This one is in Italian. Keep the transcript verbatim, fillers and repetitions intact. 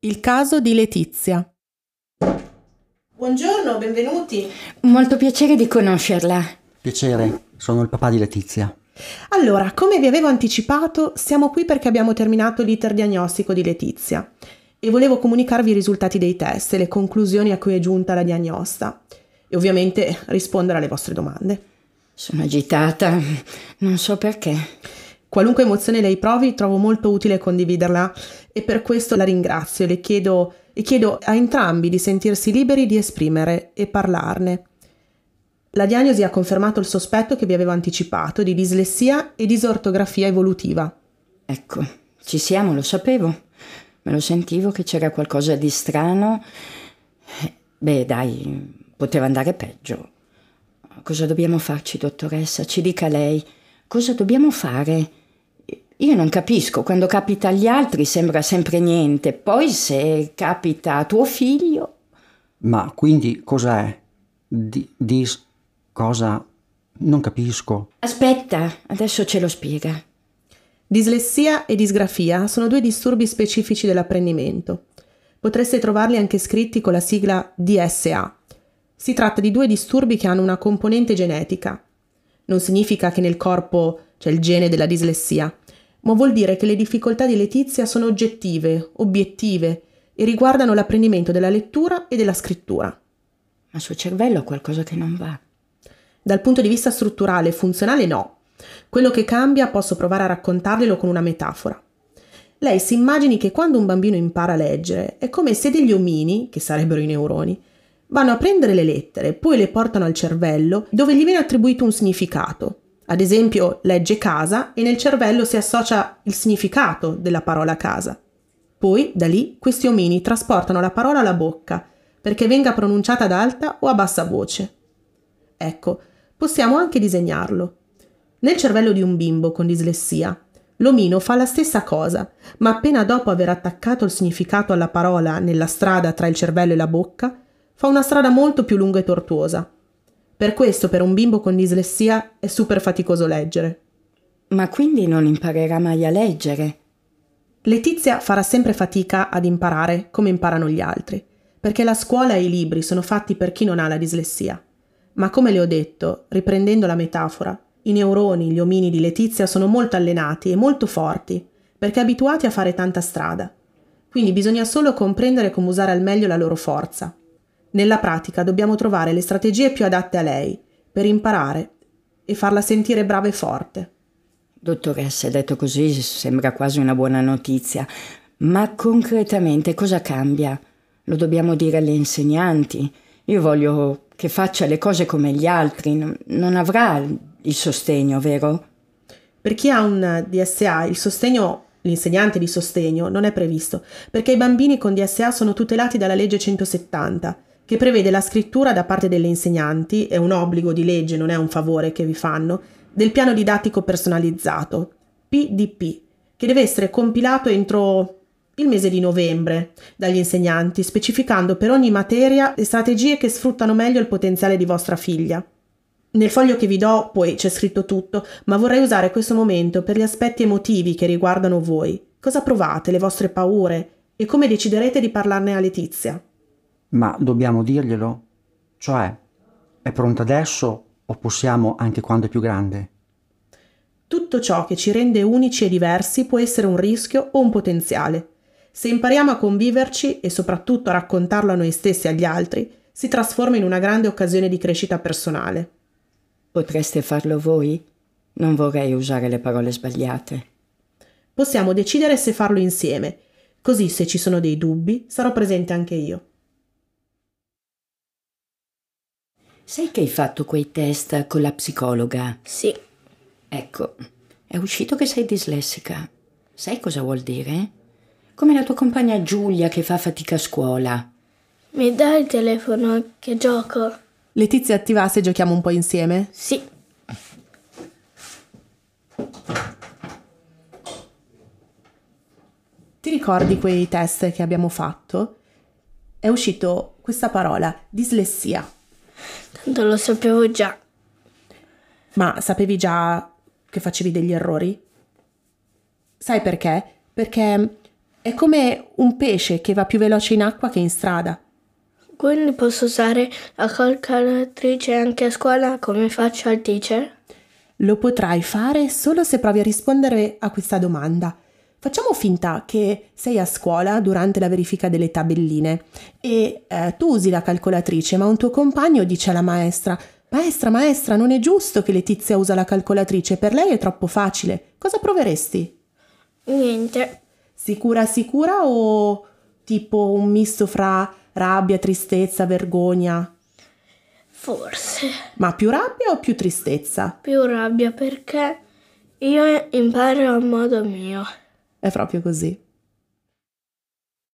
Il caso di Letizia. Buongiorno, benvenuti. Molto piacere di conoscerla. Piacere, sono il papà di Letizia. Allora, come vi avevo anticipato, siamo qui perché abbiamo terminato l'iter diagnostico di Letizia e volevo comunicarvi i risultati dei test e le conclusioni a cui è giunta la diagnosta e ovviamente rispondere alle vostre domande. Sono agitata, non so perché. Qualunque emozione lei provi, trovo molto utile condividerla e per questo la ringrazio. Le chiedo, e chiedo a entrambi di sentirsi liberi di esprimere e parlarne. La diagnosi ha confermato il sospetto che vi avevo anticipato di dislessia e disortografia evolutiva. Ecco, ci siamo, lo sapevo. Me lo sentivo che c'era qualcosa di strano. Beh, dai, poteva andare peggio. Cosa dobbiamo farci, dottoressa? Ci dica lei. Cosa dobbiamo fare? Io non capisco, quando capita agli altri sembra sempre niente, poi se capita a tuo figlio... Ma quindi cos'è? Di, dis... cosa? Non capisco. Aspetta, adesso ce lo spiega. Dislessia e disgrafia sono due disturbi specifici dell'apprendimento. Potreste trovarli anche scritti con la sigla D S A. Si tratta di due disturbi che hanno una componente genetica. Non significa che nel corpo c'è il gene della dislessia, ma vuol dire che le difficoltà di Letizia sono oggettive, obiettive e riguardano l'apprendimento della lettura e della scrittura. Ma suo cervello ha qualcosa che non va. Dal punto di vista strutturale e funzionale no. Quello che cambia posso provare a raccontarglielo con una metafora. Lei si immagini che quando un bambino impara a leggere è come se degli omini, che sarebbero i neuroni, vanno a prendere le lettere, poi le portano al cervello dove gli viene attribuito un significato. Ad esempio, legge casa e nel cervello si associa il significato della parola casa. Poi, da lì, questi omini trasportano la parola alla bocca perché venga pronunciata ad alta o a bassa voce. Ecco, possiamo anche disegnarlo. Nel cervello di un bimbo con dislessia, l'omino fa la stessa cosa, ma appena dopo aver attaccato il significato alla parola nella strada tra il cervello e la bocca, fa una strada molto più lunga e tortuosa. Per questo per un bimbo con dislessia è super faticoso leggere. Ma quindi non imparerà mai a leggere? Letizia farà sempre fatica ad imparare come imparano gli altri, perché la scuola e i libri sono fatti per chi non ha la dislessia. Ma come le ho detto, riprendendo la metafora, i neuroni, gli omini di Letizia sono molto allenati e molto forti, perché abituati a fare tanta strada. Quindi bisogna solo comprendere come usare al meglio la loro forza. Nella pratica dobbiamo trovare le strategie più adatte a lei, per imparare e farla sentire brava e forte. Dottoressa, detto così sembra quasi una buona notizia, ma concretamente cosa cambia? Lo dobbiamo dire alle insegnanti? Io voglio che faccia le cose come gli altri, non avrà il sostegno, vero? Per chi ha un D S A, il sostegno, l'insegnante di sostegno, non è previsto, perché i bambini con D S A sono tutelati dalla legge centosettanta, che prevede la scrittura da parte delle insegnanti, è un obbligo di legge, non è un favore che vi fanno, del piano didattico personalizzato, P D P, che deve essere compilato entro il mese di novembre dagli insegnanti, specificando per ogni materia le strategie che sfruttano meglio il potenziale di vostra figlia. Nel foglio che vi do poi c'è scritto tutto, ma vorrei usare questo momento per gli aspetti emotivi che riguardano voi. Cosa provate, le vostre paure e come deciderete di parlarne a Letizia? Ma dobbiamo dirglielo? Cioè, è pronta adesso o possiamo anche quando è più grande? Tutto ciò che ci rende unici e diversi può essere un rischio o un potenziale. Se impariamo a conviverci e soprattutto a raccontarlo a noi stessi e agli altri, si trasforma in una grande occasione di crescita personale. Potreste farlo voi? Non vorrei usare le parole sbagliate. Possiamo decidere se farlo insieme, così se ci sono dei dubbi sarò presente anche io. Sai che hai fatto quei test con la psicologa? Sì. Ecco, è uscito che sei dislessica. Sai cosa vuol dire? Come la tua compagna Giulia che fa fatica a scuola. Mi dai il telefono che gioco? Letizia, ti va se giochiamo un po' insieme? Sì. Ti ricordi quei test che abbiamo fatto? È uscito questa parola, dislessia. Tanto lo sapevo già. Ma sapevi già che facevi degli errori? Sai perché? Perché È come un pesce che va più veloce in acqua che in strada. Quindi posso usare la calcolatrice anche a scuola come faccio al teacher? Lo potrai fare solo se provi a rispondere a questa domanda. Facciamo finta che sei a scuola durante la verifica delle tabelline e eh, tu usi la calcolatrice, ma un tuo compagno dice alla maestra: Maestra, maestra, non è giusto che Letizia usa la calcolatrice, per lei è troppo facile. Cosa proveresti? Niente. Sicura, sicura o tipo un misto fra rabbia, tristezza, vergogna? Forse. Ma più rabbia o più tristezza? Più rabbia perché io imparo a modo mio. È proprio così.